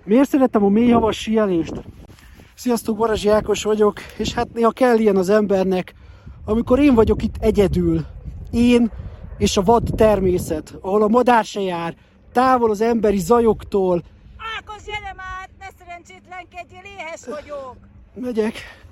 Miért szeretem a mélyhavas síelést? Sziasztok, Barazsi Ákos vagyok, és hát néha kell ilyen az embernek, amikor én vagyok itt egyedül. Én és a vad természet, ahol a madár se jár, távol az emberi zajoktól. Ákos, gyere már, ne szerencsétlenkedjél, éhes vagyok! Megyek.